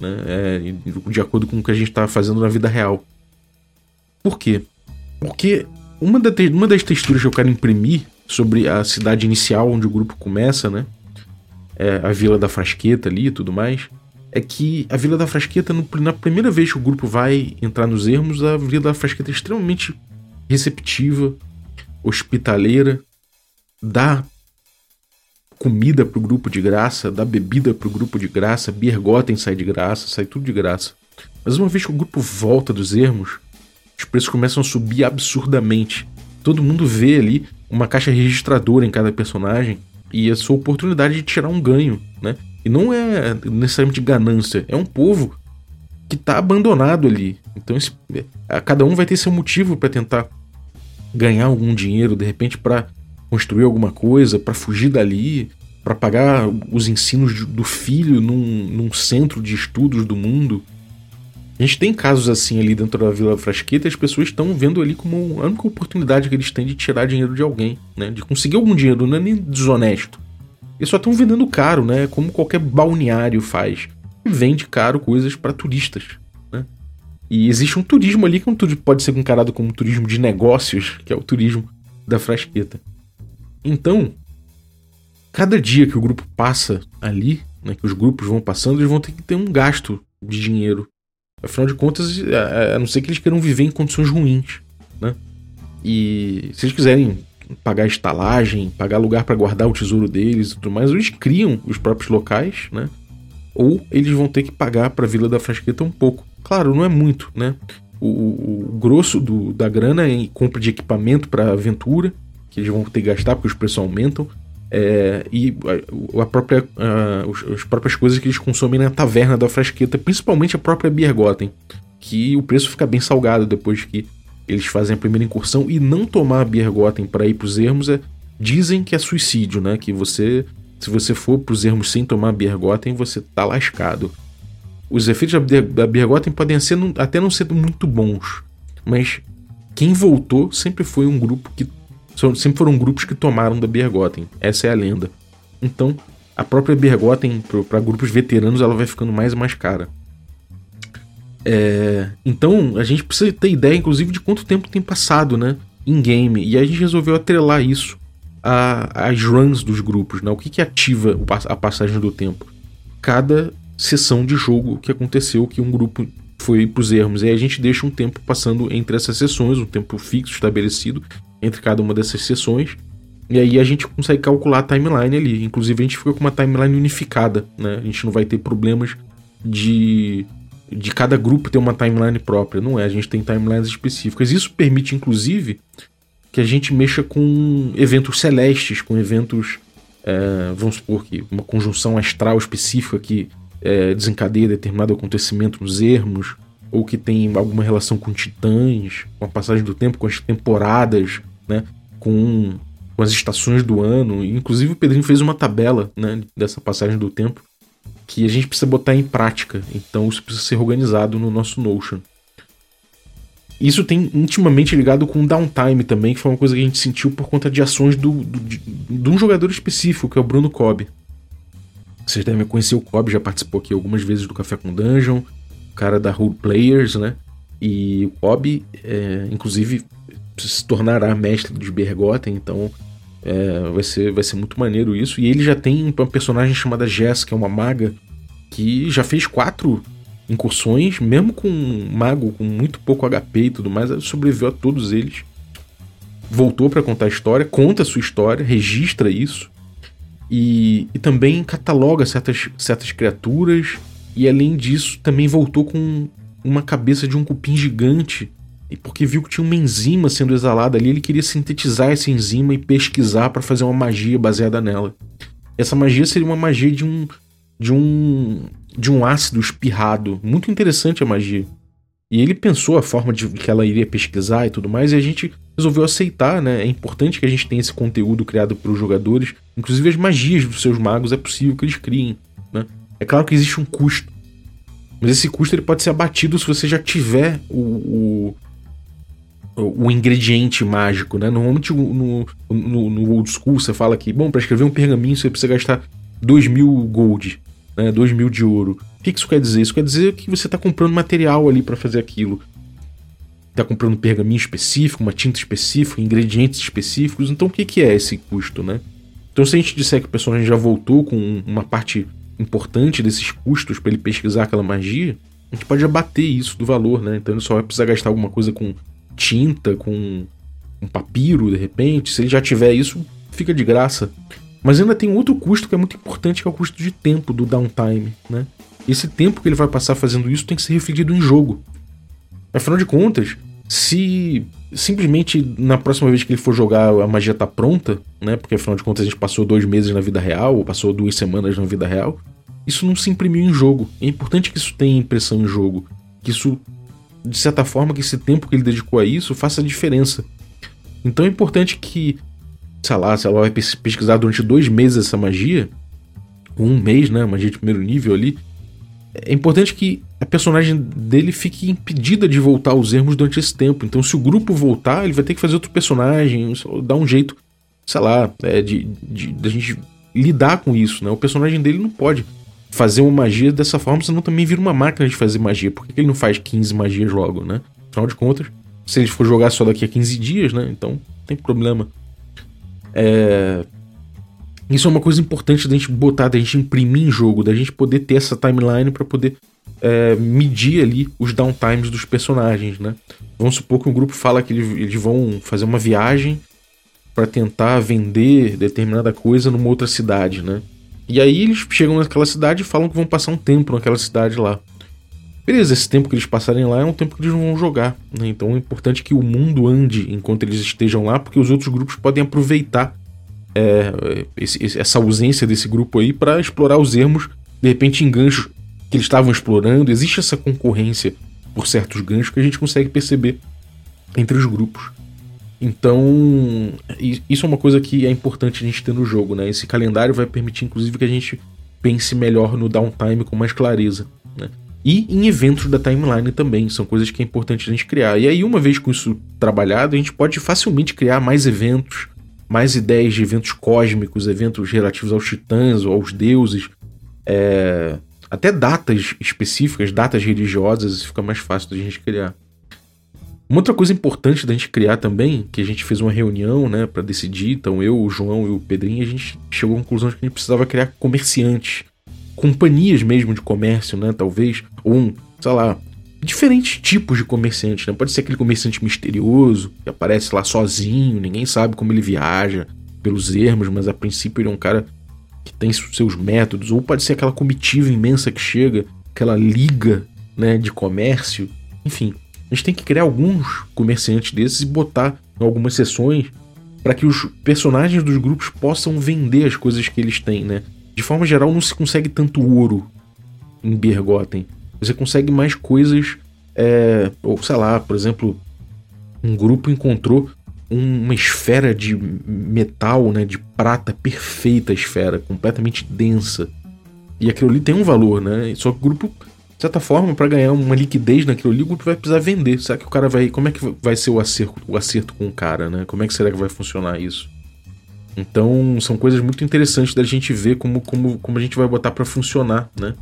A: né? De acordo com o que a gente está fazendo na vida real. Por quê? Porque uma das texturas que eu quero imprimir sobre a cidade inicial onde o grupo começa, né? A Vila da Frasqueta ali e tudo mais, é que a Vila da Frasqueta, na primeira vez que o grupo vai entrar nos ermos, a Vila da Frasqueta é extremamente receptiva, hospitaleira, dá comida pro grupo de graça, dá bebida pro grupo de graça, Biergoten sai de graça, sai tudo de graça. Mas uma vez que o grupo volta dos ermos, os preços começam a subir absurdamente. Todo mundo vê ali uma caixa registradora em cada personagem e a sua oportunidade de tirar um ganho, né? E não é necessariamente ganância, é um povo que tá abandonado ali. Então cada um vai ter seu motivo para tentar ganhar algum dinheiro, de repente para construir alguma coisa, para fugir dali, para pagar os ensinos do filho num centro de estudos do mundo. A gente tem casos assim ali dentro da Vila Frasqueta, as pessoas estão vendo ali como a única oportunidade que eles têm de tirar dinheiro de alguém, né? De conseguir algum dinheiro, não é nem desonesto. Eles só estão vendendo caro, né? Como qualquer balneário faz. Vende caro coisas para turistas, né? E existe um turismo ali que pode ser encarado como um turismo de negócios, que é o turismo da Frasqueta. Então, cada dia que o grupo passa ali, né, que os grupos vão passando, eles vão ter que ter um gasto de dinheiro. Afinal de contas, a não ser que eles queiram viver em condições ruins, né? E se eles quiserem pagar estalagem, pagar lugar para guardar o tesouro deles e tudo mais, eles criam os próprios locais, né? Ou eles vão ter que pagar para a Vila da Frasqueta um pouco. Claro, não é muito, né? O grosso da grana é em compra de equipamento para aventura, que eles vão ter que gastar porque os preços aumentam, e as próprias coisas que eles consomem na taverna da Frasqueta, principalmente a própria Biergoten, que o preço fica bem salgado depois que eles fazem a primeira incursão. E não tomar a Biergoten para ir para os ermos dizem que é suicídio, né? Que se você for para os ermos sem tomar a Biergoten, você tá lascado. Os efeitos da Biergoten podem até não ser muito bons, mas quem voltou sempre foi um grupo sempre foram grupos que tomaram da Biergoten. Essa é a lenda. Então, a própria Biergoten, para grupos veteranos, ela vai ficando mais e mais cara. Então, a gente precisa ter ideia, inclusive, de quanto tempo tem passado, né, em game. E a gente resolveu atrelar isso às runs dos grupos, né? O que ativa a passagem do tempo? Cada sessão de jogo que aconteceu, que um grupo foi pros ermos. E aí a gente deixa um tempo passando entre essas sessões, um tempo fixo, estabelecido entre cada uma dessas sessões, e aí a gente consegue calcular a timeline ali. Inclusive a gente fica com uma timeline unificada, né? A gente não vai ter problemas de cada grupo ter uma timeline própria, não é? A gente tem timelines específicas. Isso permite, inclusive, que a gente mexa com eventos celestes, com eventos, vamos supor que uma conjunção astral específica que desencadeia determinado acontecimento nos ermos, ou que tem alguma relação com titãs, com a passagem do tempo, com as temporadas, né, com as estações do ano. Inclusive o Pedrinho fez uma tabela, né, dessa passagem do tempo que a gente precisa botar em prática. Então isso precisa ser organizado no nosso Notion. Isso tem intimamente ligado com o downtime também, que foi uma coisa que a gente sentiu por conta de ações de um jogador específico, que é o Bruno Cobb. Vocês devem conhecer o Cobb, já participou aqui algumas vezes do Café com Dungeon, o cara da Role Players, né? E o Cobb, inclusive, se tornará mestre dos Biergoten, então vai ser muito maneiro isso. E ele já tem uma personagem chamada Jess, que é uma maga, que já fez 4 incursões, mesmo com um mago com muito pouco HP e tudo mais, ela sobreviveu a todos eles. Voltou para contar a história, conta a sua história, registra isso, e também cataloga certas criaturas, e além disso também voltou com uma cabeça de um cupim gigante, e porque viu que tinha uma enzima sendo exalada ali, ele queria sintetizar essa enzima e pesquisar para fazer uma magia baseada nela. Essa magia seria uma magia de um ácido espirrado. Muito interessante a magia. E ele pensou a forma de que ela iria pesquisar e tudo mais, e a gente resolveu aceitar, né? É importante que a gente tenha esse conteúdo criado pelos jogadores. Inclusive as magias dos seus magos é possível que eles criem, né? É claro que existe um custo, mas esse custo ele pode ser abatido se você já tiver o ingrediente mágico, né? Normalmente no old school você fala que, bom, para escrever um pergaminho você precisa gastar 2.000 gold, né? 2.000 de ouro. O que isso quer dizer? Isso quer dizer que você está comprando material ali para fazer aquilo. Está comprando pergaminho específico, uma tinta específica, ingredientes específicos. Então o que é esse custo, né? Então se a gente disser que o personagem já voltou com uma parte importante desses custos para ele pesquisar aquela magia, a gente pode abater isso do valor, né? Então ele só vai precisar gastar alguma coisa com tinta, com um papiro, de repente. Se ele já tiver isso, fica de graça. Mas ainda tem outro custo que é muito importante, que é o custo de tempo do downtime, né? Esse tempo que ele vai passar fazendo isso tem que ser refletido em jogo. Afinal de contas, se simplesmente na próxima vez que ele for jogar a magia tá pronta, né? Porque afinal de contas a gente passou 2 meses na vida real, ou passou 2 semanas na vida real, isso não se imprimiu em jogo. É importante que isso tenha impressão em jogo. Que isso, de certa forma, que esse tempo que ele dedicou a isso faça a diferença. Então é importante que, sei lá, se ela vai pesquisar durante 2 meses essa magia, 1 mês, né? Magia de primeiro nível ali. É importante que a personagem dele fique impedida de voltar aos ermos durante esse tempo. Então, se o grupo voltar, ele vai ter que fazer outro personagem, dar um jeito, sei lá, de a gente lidar com isso, né? O personagem dele não pode fazer uma magia dessa forma, senão também vira uma máquina de fazer magia. Por que ele não faz 15 magias logo, né? Afinal de contas, se ele for jogar só daqui a 15 dias, né? Então, não tem problema. Isso é uma coisa importante da gente botar, da gente imprimir em jogo, da gente poder ter essa timeline para poder medir ali os downtimes dos personagens, né? Vamos supor que um grupo fala que eles vão fazer uma viagem para tentar vender determinada coisa numa outra cidade, né? E aí eles chegam naquela cidade e falam que vão passar um tempo naquela cidade lá. Beleza, esse tempo que eles passarem lá é um tempo que eles vão jogar, né? Então é importante que o mundo ande enquanto eles estejam lá, porque os outros grupos podem aproveitar essa ausência desse grupo aí para explorar os ermos, de repente em ganchos que eles estavam explorando. Existe essa concorrência por certos ganchos que a gente consegue perceber entre os grupos. Então isso é uma coisa que é importante a gente ter no jogo, né? Esse calendário vai permitir inclusive que a gente pense melhor no downtime com mais clareza, né? E em eventos da timeline também, são coisas que é importante a gente criar. E aí, uma vez com isso trabalhado, a gente pode facilmente criar mais eventos, mais ideias de eventos cósmicos, eventos relativos aos titãs ou aos deuses, até datas específicas, datas religiosas, isso fica mais fácil da gente criar. Uma outra coisa importante da gente criar também, que a gente fez uma reunião, né, para decidir, então eu, o João e o Pedrinho, a gente chegou à conclusão de que a gente precisava criar comerciantes, companhias mesmo de comércio, né, talvez, ou sei lá, diferentes tipos de comerciante, né? Pode ser aquele comerciante misterioso, que aparece lá sozinho, ninguém sabe como ele viaja pelos ermos, mas a princípio ele é um cara que tem seus métodos, ou pode ser aquela comitiva imensa que chega, aquela liga, né, de comércio. Enfim, a gente tem que criar alguns comerciantes desses e botar em algumas sessões para que os personagens dos grupos possam vender as coisas que eles têm, né? De forma geral, não se consegue tanto ouro em Bergotten. Você consegue mais coisas, ou sei lá, por exemplo, um grupo encontrou uma esfera de metal, né, de prata, perfeita esfera, completamente densa. E aquilo ali tem um valor, né? Só que o grupo, de certa forma, para ganhar uma liquidez naquilo ali, o grupo vai precisar vender. Será que o cara vai... Como é que vai ser o acerto com o cara, né? Como é que será que vai funcionar isso? Então, são coisas muito interessantes da gente ver como a gente vai botar para funcionar, né?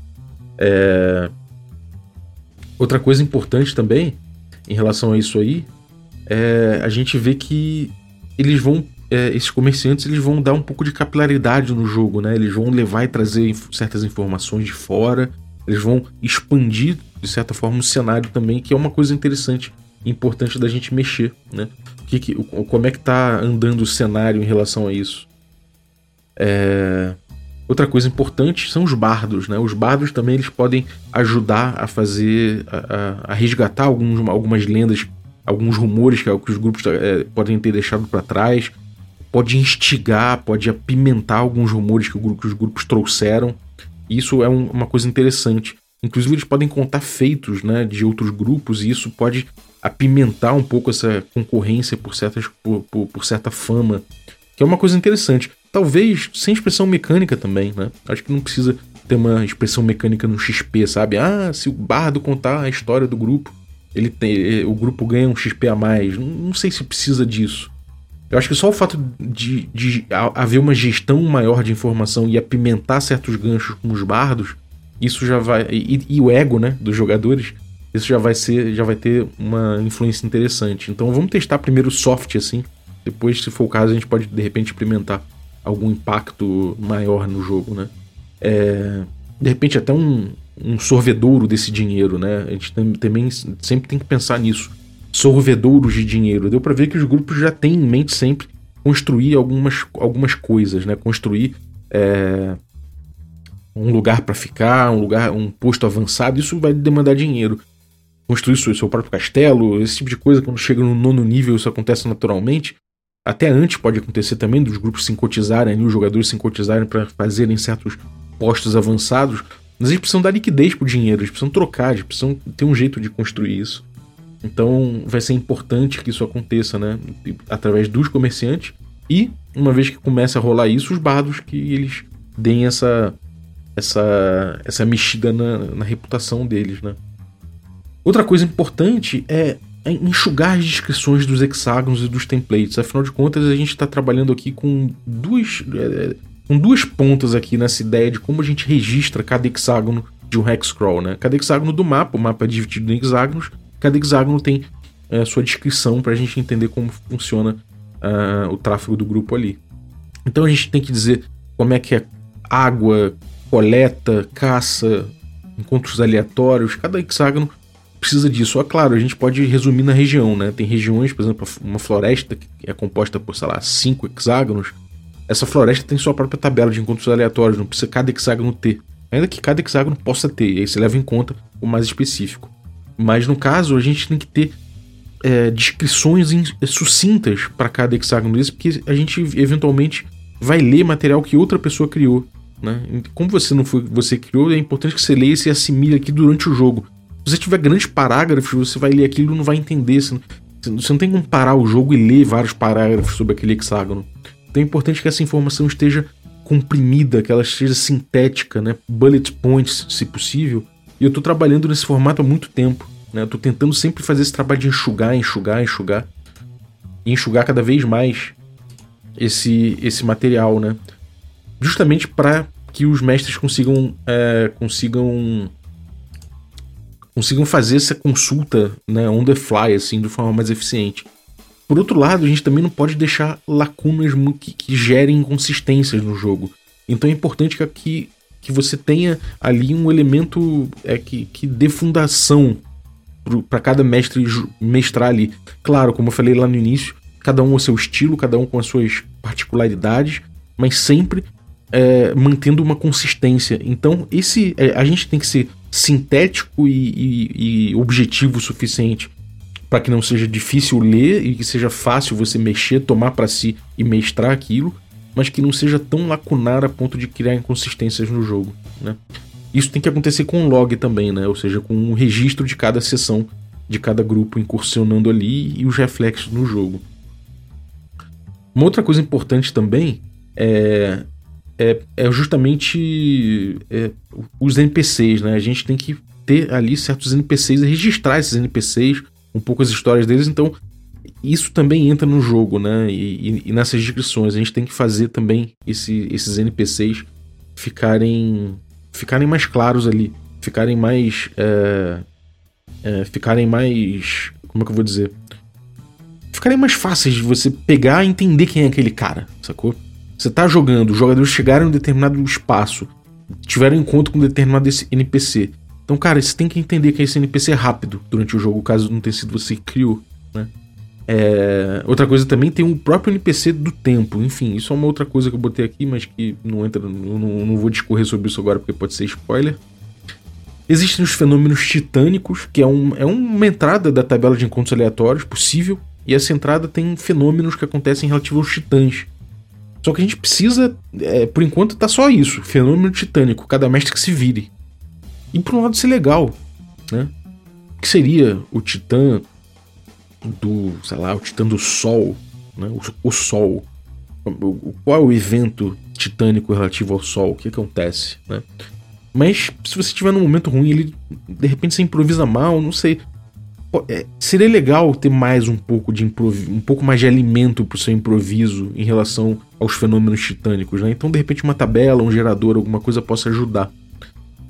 A: Outra coisa importante também, em relação a isso aí, a gente vê que eles vão... esses comerciantes, eles vão dar um pouco de capilaridade no jogo, né? Eles vão levar e trazer certas informações de fora, eles vão expandir, de certa forma, o cenário também, que é uma coisa interessante e importante da gente mexer, né? Como é que tá andando o cenário em relação a isso? Outra coisa importante são os bardos, né? Os bardos também eles podem ajudar a fazer, a resgatar algumas lendas, alguns rumores que os grupos podem ter deixado para trás, pode instigar, pode apimentar alguns rumores que os grupos trouxeram. Isso é uma coisa interessante. Inclusive eles podem contar feitos, né, de outros grupos, e isso pode apimentar um pouco essa concorrência por certa fama, que é uma coisa interessante. Talvez sem expressão mecânica também, né? Acho que não precisa ter uma expressão mecânica no XP, sabe? Se o bardo contar a história do grupo, o grupo ganha um XP a mais. Não sei se precisa disso. Eu acho que só o fato de haver uma gestão maior de informação e apimentar certos ganchos com os bardos isso já vai... E o ego, né, dos jogadores, isso já vai ter uma influência interessante. Então vamos testar primeiro o soft, assim. Depois, se for o caso, a gente pode, de repente, implementar algum impacto maior no jogo, né? De repente, até um sorvedouro desse dinheiro, né? A gente também sempre tem que pensar nisso. Sorvedouros de dinheiro. Deu pra ver que os grupos já têm em mente sempre construir algumas coisas, né? Construir um lugar para ficar, um posto avançado. Isso vai demandar dinheiro. Construir seu próprio castelo, esse tipo de coisa. Quando chega no 9º nível, isso acontece naturalmente. Até antes pode acontecer também dos grupos se cotizarem, os jogadores se cotizarem para fazerem certos postos avançados. Mas eles precisam dar liquidez pro dinheiro, eles precisam trocar, eles precisam ter um jeito de construir isso. Então vai ser importante que isso aconteça, né? Através dos comerciantes. E, uma vez que começa a rolar isso, os bardos, que eles deem essa mexida na reputação deles, né? Outra coisa importante é enxugar as descrições dos hexágonos e dos templates. Afinal de contas, a gente está trabalhando aqui com duas pontas aqui nessa ideia de como a gente registra cada hexágono de um hexcrawl, né? Cada hexágono do mapa, o mapa é dividido em hexágonos, cada hexágono tem a sua descrição para a gente entender como funciona o tráfego do grupo ali. Então a gente tem que dizer como é que é água, coleta, caça, encontros aleatórios. Cada hexágono precisa disso. Claro, a gente pode resumir na região, né? Tem regiões, por exemplo, uma floresta que é composta por, 5 hexágonos. Essa floresta tem sua própria tabela de encontros aleatórios, não precisa cada hexágono ter. Ainda que cada hexágono possa ter, e aí você leva em conta o mais específico. Mas no caso, a gente tem que ter descrições sucintas para cada hexágono desse, porque a gente eventualmente vai ler material que outra pessoa criou, né? Como você criou, é importante que você leia e se assimile aqui durante o jogo. Se você tiver grandes parágrafos, você vai ler aquilo e não vai entender. Você não tem como parar o jogo e ler vários parágrafos sobre aquele hexágono. Então é importante que essa informação esteja comprimida, que ela esteja sintética, né? Bullet points, se possível. E eu tô trabalhando nesse formato há muito tempo, né? Eu tô tentando sempre fazer esse trabalho de enxugar. E enxugar cada vez mais esse material, né? Justamente para que os mestres consigam fazer essa consulta, né, on the fly, assim, de forma mais eficiente. Por outro lado, a gente também não pode deixar lacunas que gerem inconsistências no jogo. Então é importante que você tenha ali um elemento que dê fundação para cada mestre mestrar ali. Claro, como eu falei lá no início, cada um ao seu estilo, cada um com as suas particularidades, mas sempre mantendo uma consistência. Então a gente tem que ser sintético e objetivo o suficiente para que não seja difícil ler e que seja fácil você mexer, tomar para si e mestrar aquilo, mas que não seja tão lacunar a ponto de criar inconsistências no jogo, né? Isso tem que acontecer com o log também, né? Ou seja, com o registro de cada sessão, de cada grupo incursionando ali e os reflexos no jogo. Uma outra coisa importante também é justamente os NPCs, né? A gente tem que ter ali certos NPCs e registrar esses NPCs, um pouco as histórias deles. Então isso também entra no jogo, né? E nessas descrições a gente tem que fazer também esses NPCs ficarem mais claros ali, ficarem mais como é que eu vou dizer? Ficarem mais fáceis de você pegar e entender quem é aquele cara, sacou? Você tá jogando, os jogadores chegaram em um determinado espaço, tiveram encontro com um determinado NPC. Então, cara, você tem que entender que esse NPC é rápido durante o jogo, caso não tenha sido você que criou, né? Outra coisa também, tem o próprio NPC do tempo. Enfim, isso é uma outra coisa que eu botei aqui, mas que não entra, eu não vou discorrer sobre isso agora porque pode ser spoiler. Existem os fenômenos titânicos, que é uma entrada da tabela de encontros aleatórios possível, e essa entrada tem fenômenos que acontecem relativo aos titãs. Só que a gente precisa, por enquanto tá só isso, fenômeno titânico, cada mestre que se vire. E por um lado isso é legal, né? O que seria o titã o titã do Sol, né? O Sol. Qual é o evento titânico relativo ao Sol? O que acontece, né? Mas se você estiver num momento ruim, ele de repente você improvisa mal, não sei. Seria legal ter mais um pouco mais de alimento pro seu improviso em relação aos fenômenos titânicos, né? Então, de repente, uma tabela, um gerador, alguma coisa possa ajudar.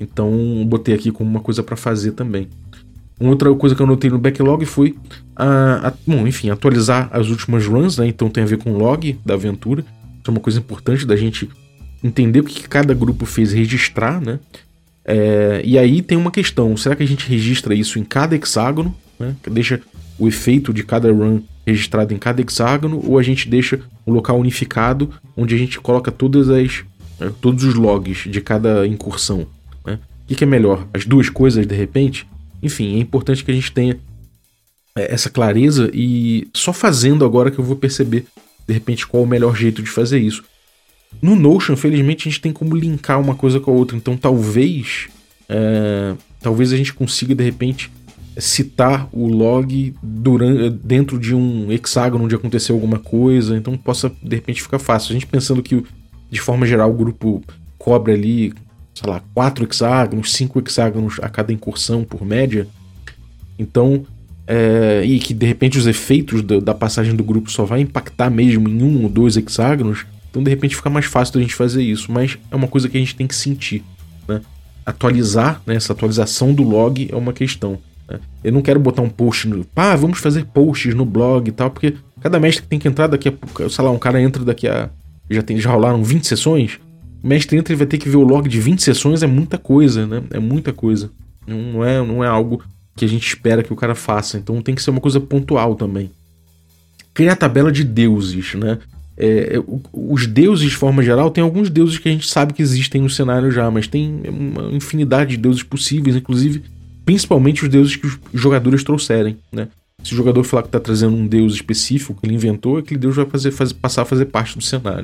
A: Então botei aqui como uma coisa para fazer também. Uma outra coisa que eu notei no backlog foi atualizar as últimas runs, né? Então tem a ver com o log da aventura. Isso é uma coisa importante da gente entender o que cada grupo fez, registrar, né? E aí tem uma questão, será que a gente registra isso em cada hexágono, né? Deixa o efeito de cada run registrado em cada hexágono, ou a gente deixa um local unificado onde a gente coloca todos os logs de cada incursão, né? O que é melhor? As duas coisas de repente? Enfim, é importante que a gente tenha essa clareza, e só fazendo agora que eu vou perceber de repente qual é o melhor jeito de fazer isso. No Notion, felizmente, a gente tem como linkar uma coisa com a outra, então talvez a gente consiga de repente citar o log dentro de um hexágono onde aconteceu alguma coisa, então possa de repente ficar fácil. A gente pensando que de forma geral o grupo cobre ali, sei lá, 4 hexágonos, 5 hexágonos a cada incursão por média, então e que de repente os efeitos da passagem do grupo só vai impactar mesmo em 1 ou 2 hexágonos, então de repente fica mais fácil da gente fazer isso, mas é uma coisa que a gente tem que sentir, né? Atualizar, né? Essa atualização do log é uma questão, né? Eu não quero botar um post vamos fazer posts no blog e tal, porque cada mestre tem que entrar daqui a, sei lá, um cara entra daqui a, já rolaram 20 sessões, o mestre entra e vai ter que ver o log de 20 sessões, é muita coisa, né? É muita coisa, não é algo que a gente espera que o cara faça, então tem que ser uma coisa pontual também. Criar tabela de deuses, né? Os deuses, de forma geral, tem alguns deuses que a gente sabe que existem no cenário já, mas tem uma infinidade de deuses possíveis, inclusive, principalmente os deuses que os jogadores trouxerem, né? Se o jogador falar que está trazendo um deus específico que ele inventou, aquele deus vai passar a fazer parte do cenário.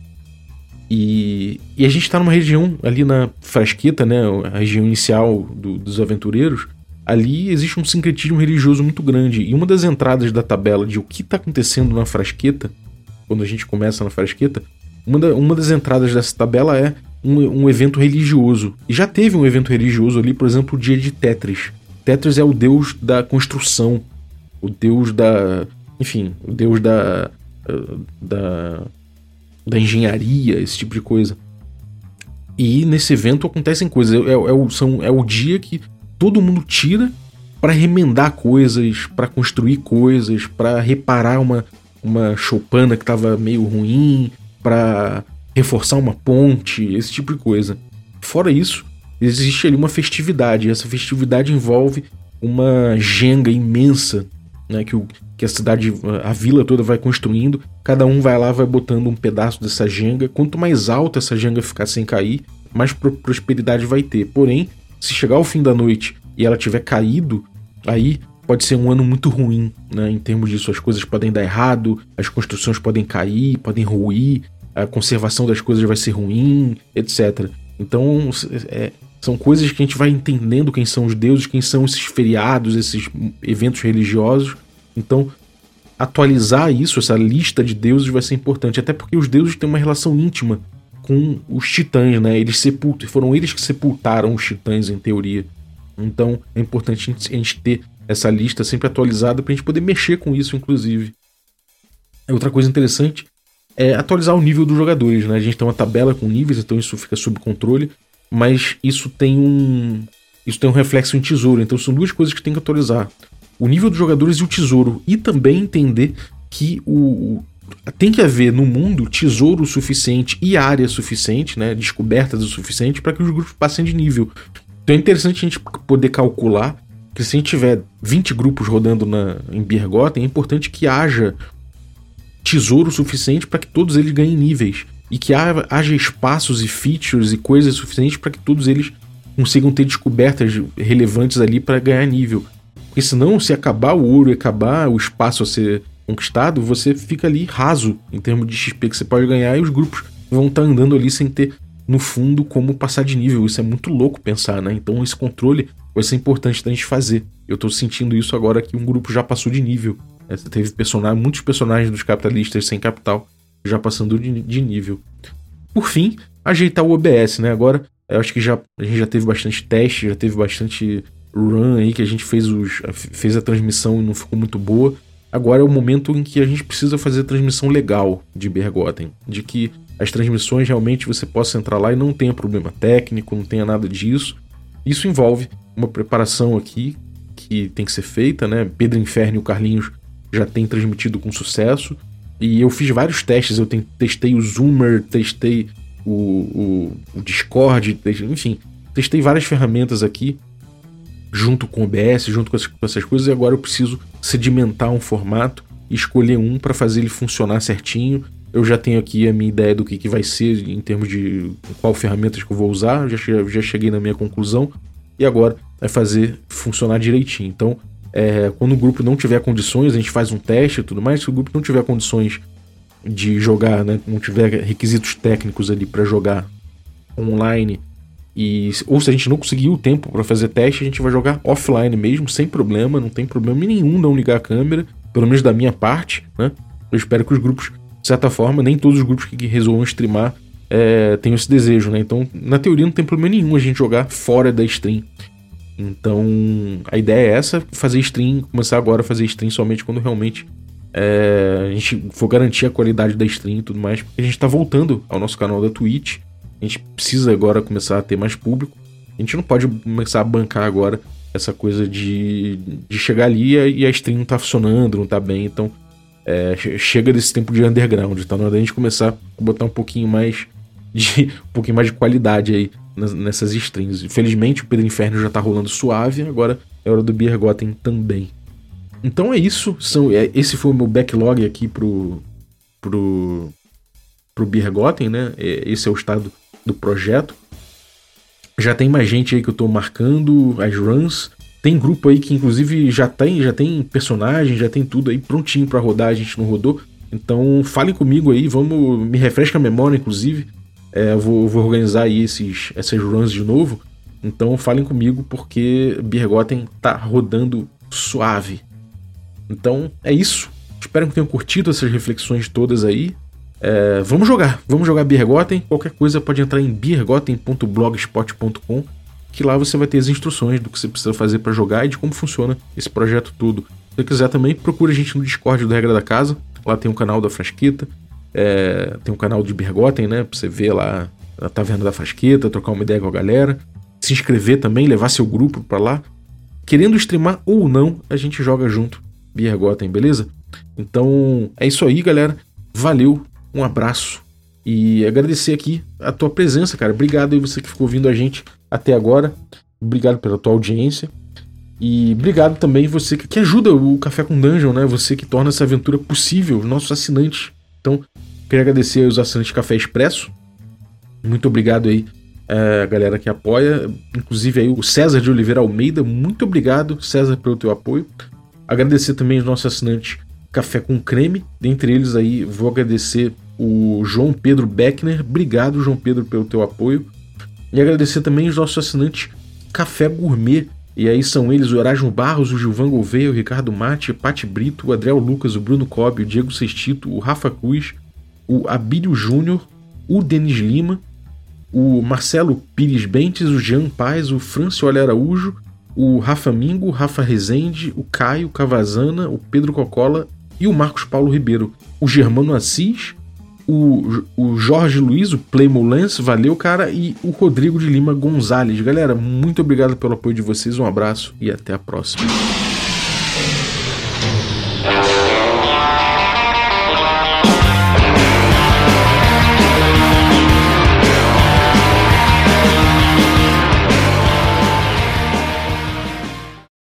A: E a gente está numa região ali na Frasqueta, né? A região inicial dos aventureiros. Ali existe um sincretismo religioso muito grande, e uma das entradas da tabela de o que está acontecendo na Frasqueta, quando a gente começa na Frasqueta, uma das entradas dessa tabela é um evento religioso. E já teve um evento religioso ali, por exemplo, o dia de Tétris. Tétris é o deus da construção, o deus da... enfim, o deus da engenharia, esse tipo de coisa. E nesse evento acontecem coisas. É o dia que todo mundo tira para remendar coisas, para construir coisas, para reparar uma choupana que estava meio ruim, para reforçar uma ponte, esse tipo de coisa. Fora isso, existe ali uma festividade. Essa festividade envolve uma jenga imensa, né, que a cidade, a vila toda vai construindo. Cada um vai lá, vai botando um pedaço dessa jenga. Quanto mais alta essa jenga ficar sem cair, mais prosperidade vai ter. Porém, se chegar ao fim da noite e ela tiver caído, aí pode ser um ano muito ruim, né? Em termos disso, as coisas podem dar errado, as construções podem cair, podem ruir, a conservação das coisas vai ser ruim, etc. Então, são coisas que a gente vai entendendo quem são os deuses, quem são esses feriados, esses eventos religiosos. Então, atualizar isso, essa lista de deuses vai ser importante, até porque os deuses têm uma relação íntima com os titãs, né? Foram eles que sepultaram os titãs, em teoria. Então é importante a gente ter essa lista sempre atualizada pra gente poder mexer com isso, inclusive. Outra coisa interessante é atualizar o nível dos jogadores, né? A gente tem uma tabela com níveis, então isso fica sob controle, mas isso tem um reflexo em tesouro, então são duas coisas que tem que atualizar. O nível dos jogadores e o tesouro, e também entender que tem que haver no mundo tesouro suficiente e área suficiente, né, descobertas o suficiente para que os grupos passem de nível. Então é interessante a gente poder calcular que se a gente tiver 20 grupos rodando em Birgotten, é importante que haja tesouro suficiente para que todos eles ganhem níveis, e que haja espaços e features e coisas suficientes para que todos eles consigam ter descobertas relevantes ali para ganhar nível. Porque senão, se acabar o ouro e acabar o espaço a ser conquistado, você fica ali raso em termos de XP que você pode ganhar, e os grupos vão estar andando ali sem ter, no fundo, como passar de nível. Isso é muito louco pensar, né? Então esse controle vai ser importante da gente fazer. Eu tô sentindo isso agora que um grupo já passou de nível. Teve muitos personagens dos capitalistas sem capital já passando de nível. Por fim, ajeitar o OBS, né? Agora, eu acho que a gente já teve bastante teste, já teve bastante run aí, que a gente fez a transmissão e não ficou muito boa. Agora é o momento em que a gente precisa fazer a transmissão legal de Birgotten, de que as transmissões realmente você possa entrar lá e não tenha problema técnico, não tenha nada disso, Isso envolve uma preparação aqui que tem que ser feita, né? Pedro Inferno e o Carlinhos já têm transmitido com sucesso. E eu fiz vários testes, testei o Zoomer, testei o Discord, enfim, testei várias ferramentas aqui, junto com o OBS, junto com essas coisas, e agora eu preciso sedimentar um formato e escolher um para fazer ele funcionar certinho. Eu já tenho aqui a minha ideia do que vai ser em termos de qual ferramentas que eu vou usar, já cheguei na minha conclusão, e agora é fazer funcionar direitinho. Então, quando o grupo não tiver condições, a gente faz um teste e tudo mais. Se o grupo não tiver condições de jogar, né, não tiver requisitos técnicos ali para jogar online, ou se a gente não conseguir o tempo para fazer teste, a gente vai jogar offline mesmo, sem problema, não tem problema nenhum não ligar a câmera, pelo menos da minha parte, né? Eu espero que os grupos, de certa forma, nem todos os grupos que resolvam streamar tenham esse desejo, né? Então, na teoria, não tem problema nenhum a gente jogar fora da stream. Então, a ideia é essa, fazer stream, começar agora a fazer stream somente quando realmente a gente for garantir a qualidade da stream e tudo mais, porque a gente tá voltando ao nosso canal da Twitch, a gente precisa agora começar a ter mais público, a gente não pode começar a bancar agora essa coisa de chegar ali e a stream não tá funcionando, não tá bem, então chega desse tempo de underground, tá na hora da gente começar a botar um pouquinho mais de qualidade aí nessas streams. Infelizmente o Pedro Inferno já tá rolando suave, agora é hora do Biergoten também. Então é isso, esse foi o meu backlog aqui pro Biergoten, né? Esse é o estado do projeto. Já tem mais gente aí que eu tô marcando as runs. Tem grupo aí que inclusive já tem personagem, já tem tudo aí prontinho pra rodar, a gente não rodou. Então falem comigo aí, me refresca a memória inclusive. Eu vou organizar aí essas runs de novo. Então falem comigo porque Biergoten tá rodando suave. Então é isso. Espero que tenham curtido essas reflexões todas aí. Vamos jogar Biergoten. Qualquer coisa pode entrar em biergoten.blogspot.com, que lá você vai ter as instruções do que você precisa fazer para jogar e de como funciona esse projeto todo. Se você quiser também, procure a gente no Discord do Regra da Casa. Lá tem um canal da Frasqueta. Tem um canal de Biergoten, né? Pra você ver lá a Taverna da Frasqueta, trocar uma ideia com a galera. Se inscrever também, levar seu grupo pra lá. Querendo streamar ou não, a gente joga junto Biergoten, beleza? Então é isso aí, galera. Valeu, um abraço. E agradecer aqui a tua presença, cara. Obrigado aí você que ficou ouvindo a gente até agora. Obrigado pela tua audiência. E obrigado também você que ajuda o Café com Dungeon, né? Você que torna essa aventura possível, os nossos assinantes. Então, queria agradecer aos assinantes Café Expresso. Muito obrigado aí a galera que apoia. Inclusive aí o César de Oliveira Almeida. Muito obrigado, César, pelo teu apoio. Agradecer também os nossos assinantes Café com Creme. Dentre eles aí, vou agradecer o João Pedro Beckner. Obrigado, João Pedro, pelo teu apoio. E agradecer também os nossos assinantes Café Gourmet. E aí são eles o Erasmo Barros, o Gilvan Gouveia, o Ricardo Mate, o Pati Brito, o Adriel Lucas, o Bruno Cobb, o Diego Sextito, o Rafa Cruz, o Abílio Júnior, o Denis Lima, o Marcelo Pires Bentes, o Jean Paz, o Francioli Araújo, o Rafa Mingo, o Rafa Rezende, o Caio Cavazana, o Pedro Cocola e o Marcos Paulo Ribeiro, o Germano Assis, o Jorge Luiz, o Playmo Lance, valeu, cara, e o Rodrigo de Lima Gonzalez. Galera, muito obrigado pelo apoio de vocês, um abraço e até a próxima.